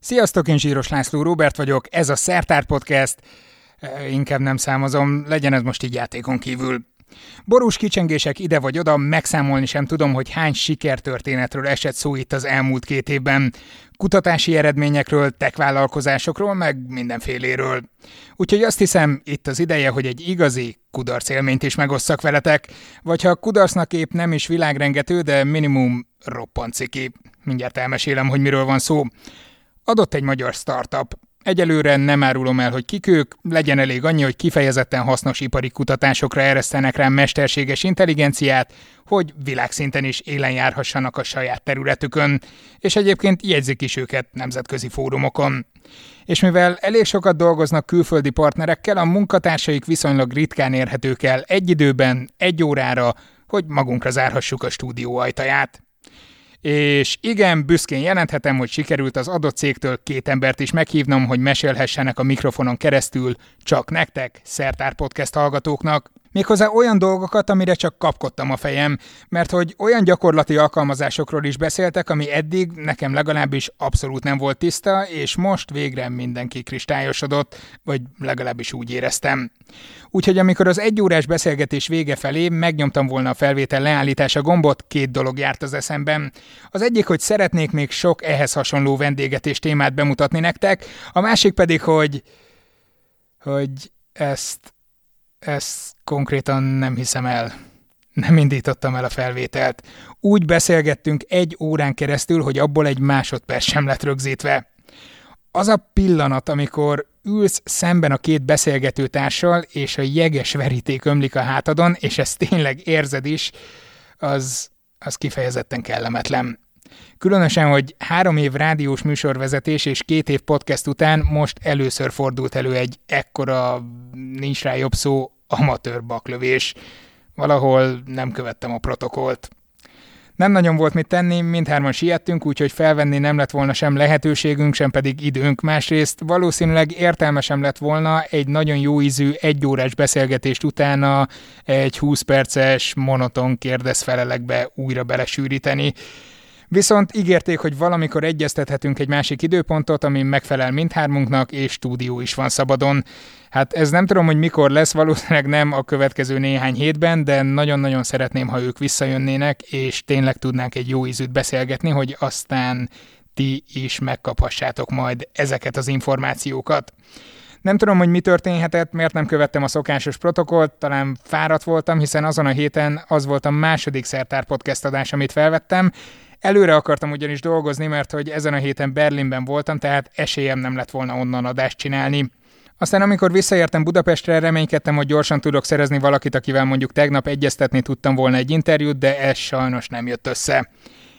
Sziasztok, én Zsíros László Róbert vagyok, ez a Szertár Podcast, inkább nem számozom, legyen ez most így játékon kívül. Borús kicsengések ide vagy oda, megszámolni sem tudom, hogy hány sikertörténetről esett szó itt az elmúlt 2 évben. Kutatási eredményekről, tech-vállalkozásokról, meg mindenféléről. Úgyhogy azt hiszem, itt az ideje, hogy egy igazi kudarc élményt is megosszak veletek, vagy ha kudarcnak épp nem is világrengető, de minimum roppant ciki. Mindjárt elmesélem, hogy miről van szó. Adott egy magyar startup. Egyelőre nem árulom el, hogy kik ők, legyen elég annyi, hogy kifejezetten hasznos ipari kutatásokra eresztenek rá mesterséges intelligenciát, hogy világszinten is élen járhassanak a saját területükön, és egyébként jegyzik is őket nemzetközi fórumokon. És mivel elég sokat dolgoznak külföldi partnerekkel, a munkatársaik viszonylag ritkán érhetők el egy időben, 1 órára, hogy magunkra zárhassuk a stúdió ajtaját. És igen, büszkén jelenthetem, hogy sikerült az adott cégtől 2 embert is meghívnom, hogy mesélhessenek a mikrofonon keresztül csak nektek, Szertár Podcast hallgatóknak. Méghozzá olyan dolgokat, amire csak kapkodtam a fejem, mert hogy olyan gyakorlati alkalmazásokról is beszéltek, ami eddig nekem legalábbis abszolút nem volt tiszta, és most végre mindenki kristályosodott, vagy legalábbis úgy éreztem. Úgyhogy amikor az 1 órás beszélgetés vége felé megnyomtam volna a felvétel leállítása gombot, 2 dolog járt az eszemben. Az egyik, hogy szeretnék még sok ehhez hasonló vendéget és témát bemutatni nektek, a másik pedig, hogy ezt konkrétan nem hiszem el. Nem indítottam el a felvételt. Úgy beszélgettünk 1 órán keresztül, hogy abból egy másodperc sem lett rögzítve. Az a pillanat, amikor ülsz szemben a 2 beszélgetőtársal, és a jeges veríték ömlik a hátadon, és ezt tényleg érzed is, az kifejezetten kellemetlen. Különösen, hogy 3 év rádiós műsorvezetés és 2 év podcast után most először fordult elő egy ekkora, nincs rá jobb szó, amatőr baklövés. Valahol nem követtem a protokollt. Nem nagyon volt mit tenni, mindhárman siettünk, úgyhogy felvenni nem lett volna sem lehetőségünk, sem pedig időnk. Másrészt valószínűleg értelmesem lett volna egy nagyon jó ízű 1 órás beszélgetést utána egy 20 perces monoton kérdezfelelekbe újra belesűríteni. Viszont ígérték, hogy valamikor egyeztethetünk egy másik időpontot, ami megfelel mindhármunknak, és stúdió is van szabadon. Hát ez nem tudom, hogy mikor lesz, valószínűleg nem a következő néhány hétben, de nagyon-nagyon szeretném, ha ők visszajönnének, és tényleg tudnánk egy jó ízűt beszélgetni, hogy aztán ti is megkaphassátok majd ezeket az információkat. Nem tudom, hogy mi történhetett, miért nem követtem a szokásos protokollt, talán fáradt voltam, hiszen azon a héten az volt a második Szertár Podcast adás, amit felvettem. Előre akartam ugyanis dolgozni, mert hogy ezen a héten Berlinben voltam, tehát esélyem nem lett volna onnan adást csinálni. Aztán amikor visszaértem Budapestre, reménykedtem, hogy gyorsan tudok szerezni valakit, akivel mondjuk tegnap egyeztetni tudtam volna egy interjút, de ez sajnos nem jött össze.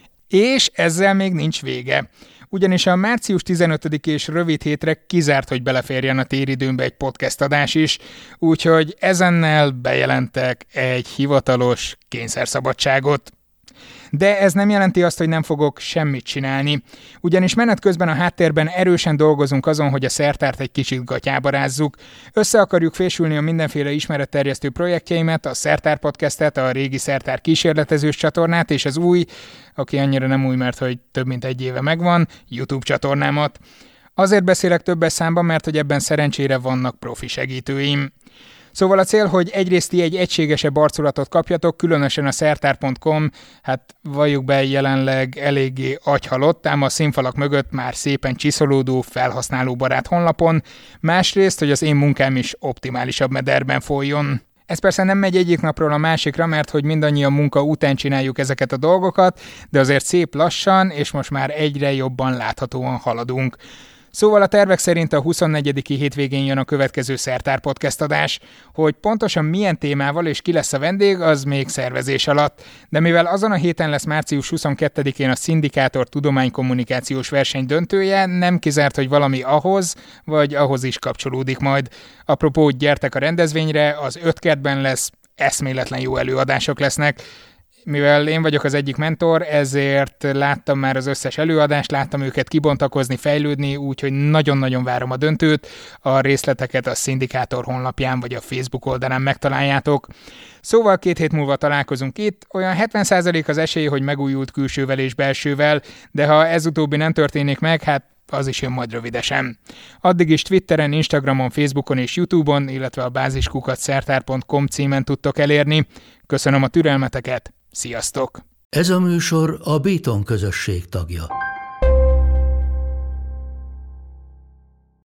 És ezzel még nincs vége. Ugyanis a március 15. és rövid hétre kizárt, hogy beleférjen a téridőmbe egy podcast adás is, úgyhogy ezennel bejelentek egy hivatalos kényszerszabadságot. De ez nem jelenti azt, hogy nem fogok semmit csinálni. Ugyanis menet közben a háttérben erősen dolgozunk azon, hogy a Szertárt egy kicsit gatyába rázzuk. Össze akarjuk fésülni a mindenféle ismeretterjesztő projektjeimet, a Szertár Podcastet, a régi Szertár kísérletezős csatornát, és az új, aki annyira nem új, mert hogy több mint 1 éve megvan, YouTube csatornámat. Azért beszélek többes számban, mert hogy ebben szerencsére vannak profi segítőim. Szóval a cél, hogy egyrészt ti egy egységesebb arculatot kapjatok, különösen a szertár.com, hát valljuk be jelenleg eléggé agyhalott, ám a színfalak mögött már szépen csiszolódó, felhasználóbarát honlapon, másrészt, hogy az én munkám is optimálisabb mederben folyjon. Ez persze nem megy egyik napról a másikra, mert hogy mindannyian munka után csináljuk ezeket a dolgokat, de azért szép lassan, és most már egyre jobban láthatóan haladunk. Szóval a tervek szerint a 24. hétvégén jön a következő Szertár Podcast adás. Hogy pontosan milyen témával és ki lesz a vendég, az még szervezés alatt. De mivel azon a héten lesz március 22-én a Szindikátor tudománykommunikációs verseny döntője, nem kizárt, hogy valami ahhoz is kapcsolódik majd. Apropó, gyertek a rendezvényre, az 5 kertben lesz, eszméletlen jó előadások lesznek. Mivel én vagyok az egyik mentor, ezért láttam már az összes előadást, láttam őket kibontakozni, fejlődni, úgyhogy nagyon-nagyon várom a döntőt. A részleteket a Szindikátor honlapján vagy a Facebook oldalán megtaláljátok. Szóval 2 hét múlva találkozunk itt, olyan 70% az esély, hogy megújult külsővel és belsővel, de ha ez utóbbi nem történik meg, hát az is jön majd rövidesen. Addig is Twitteren, Instagramon, Facebookon és YouTube-on, illetve a báziskukac.szertár.com címen tudtok elérni. Köszönöm a türelmeteket, sziasztok! Ez a műsor a Béton közösség tagja.